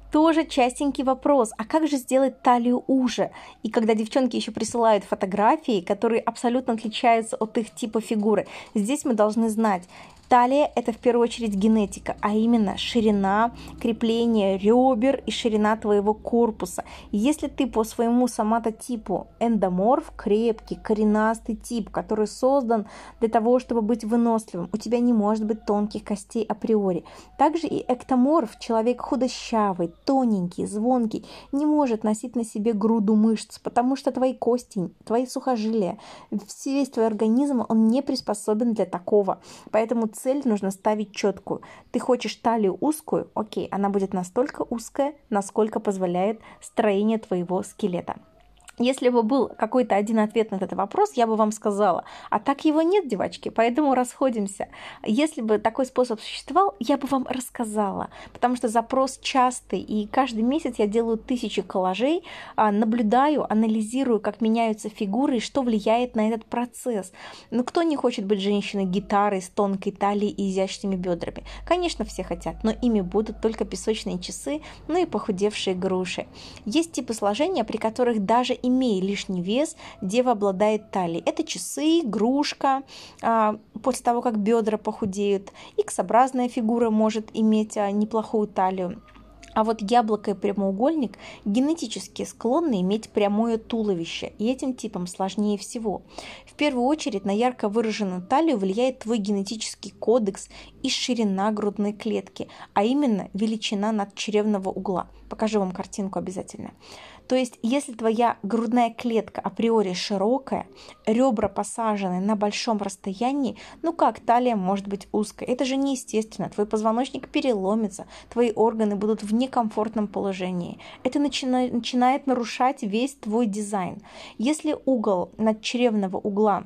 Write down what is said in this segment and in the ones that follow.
Тоже частенький вопрос, а как же сделать талию уже? И когда девчонки еще присылают фотографии, которые абсолютно отличаются от их типа фигуры, здесь мы должны знать, талия – это в первую очередь генетика, а именно ширина, крепление ребер и ширина твоего корпуса. Если ты по своему соматотипу эндоморф, крепкий, коренастый тип, который создан для того, чтобы быть выносливым, у тебя не может быть тонких костей априори. Также и эктоморф, человек худощавый, тоненький, звонкий, не может носить на себе груду мышц, потому что твои кости, твои сухожилия, весь твой организм, он не приспособен для такого. Поэтому цель нужно ставить четкую. Ты хочешь талию узкую? Окей, она будет настолько узкая, насколько позволяет строение твоего скелета. Если бы был какой-то один ответ на этот вопрос, я бы вам сказала, а так его нет, девочки, поэтому расходимся. Если бы такой способ существовал, я бы вам рассказала, потому что запрос частый, и каждый месяц я делаю 1000 коллажей, наблюдаю, анализирую, как меняются фигуры и что влияет на этот процесс. Но кто не хочет быть женщиной-гитарой с тонкой талией и изящными бедрами? Конечно, все хотят, но ими будут только песочные часы, ну и похудевшие груши. Есть типы сложения, при которых даже имея лишний вес, дева обладает талией. Это часы, грушка, после того, как бедра похудеют. Икс-образная фигура может иметь неплохую талию. А вот яблоко и прямоугольник генетически склонны иметь прямое туловище, и этим типом сложнее всего. В первую очередь на ярко выраженную талию влияет твой генетический кодекс и ширина грудной клетки, а именно величина надчревного угла. Покажу вам картинку обязательно. То есть, если твоя грудная клетка априори широкая, ребра посажены на большом расстоянии, ну как талия может быть узкой? Это же неестественно. Твой позвоночник переломится, твои органы будут в некомфортном положении. Это начинает нарушать весь твой дизайн. Если угол надчревного угла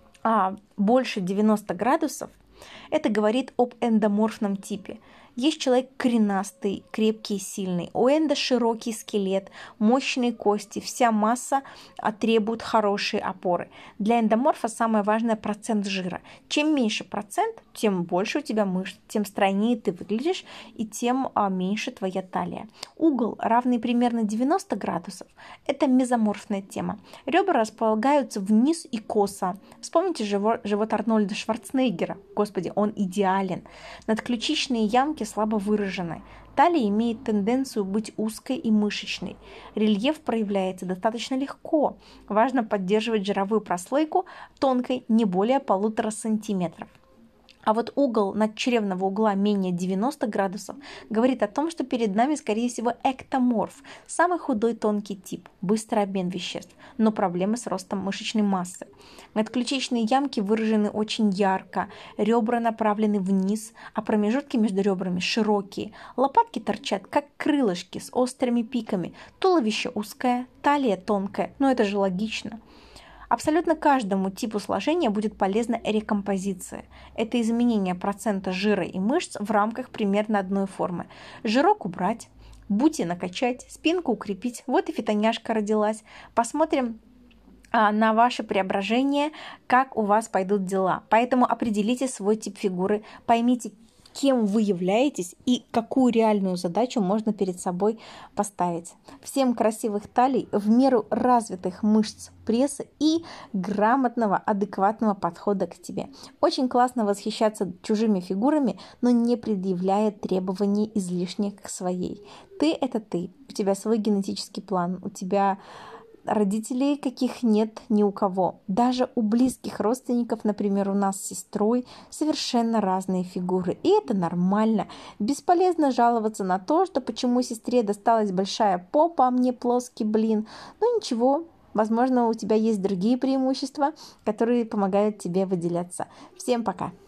больше 90 градусов, это говорит об эндоморфном типе. Есть человек коренастый, крепкий, сильный. У энда широкий скелет, мощные кости, вся масса требует хорошей опоры. Для эндоморфа самое важное процент жира. Чем меньше процент, тем больше у тебя мышц, тем стройнее ты выглядишь и тем меньше твоя талия. Угол, равный примерно 90 градусов, это мезоморфная тема. Ребра располагаются вниз и косо. Вспомните живот Арнольда Шварценеггера. Господи, он идеален. Надключичные ямки слабо выражены. Талия имеет тенденцию быть узкой и мышечной. Рельеф проявляется достаточно легко. Важно поддерживать жировую прослойку тонкой, не более 1,5 см. А вот угол надчревного угла менее 90 градусов говорит о том, что перед нами, скорее всего, эктоморф, самый худой тонкий тип, быстрый обмен веществ, но проблемы с ростом мышечной массы. Надключичные ямки выражены очень ярко, ребра направлены вниз, а промежутки между ребрами широкие, лопатки торчат, как крылышки с острыми пиками, туловище узкое, талия тонкая, но это же логично. Абсолютно каждому типу сложения будет полезна рекомпозиция. Это изменение процента жира и мышц в рамках примерно одной формы. Жирок убрать, бути накачать, спинку укрепить. Вот и фитоняшка родилась. Посмотрим на ваше преображение, как у вас пойдут дела. Поэтому определите свой тип фигуры, поймите, кем вы являетесь и какую реальную задачу можно перед собой поставить. Всем красивых талий, в меру развитых мышц пресса и грамотного, адекватного подхода к тебе. Очень классно восхищаться чужими фигурами, но не предъявляя требований излишних к своей. Ты – это ты, у тебя свой генетический план, у тебя родителей, каких нет ни у кого. Даже у близких родственников, например, у нас с сестрой, совершенно разные фигуры. И это нормально. Бесполезно жаловаться на то, что почему сестре досталась большая попа, а мне плоский блин. Ну ничего, возможно, у тебя есть другие преимущества, которые помогают тебе выделяться. Всем пока!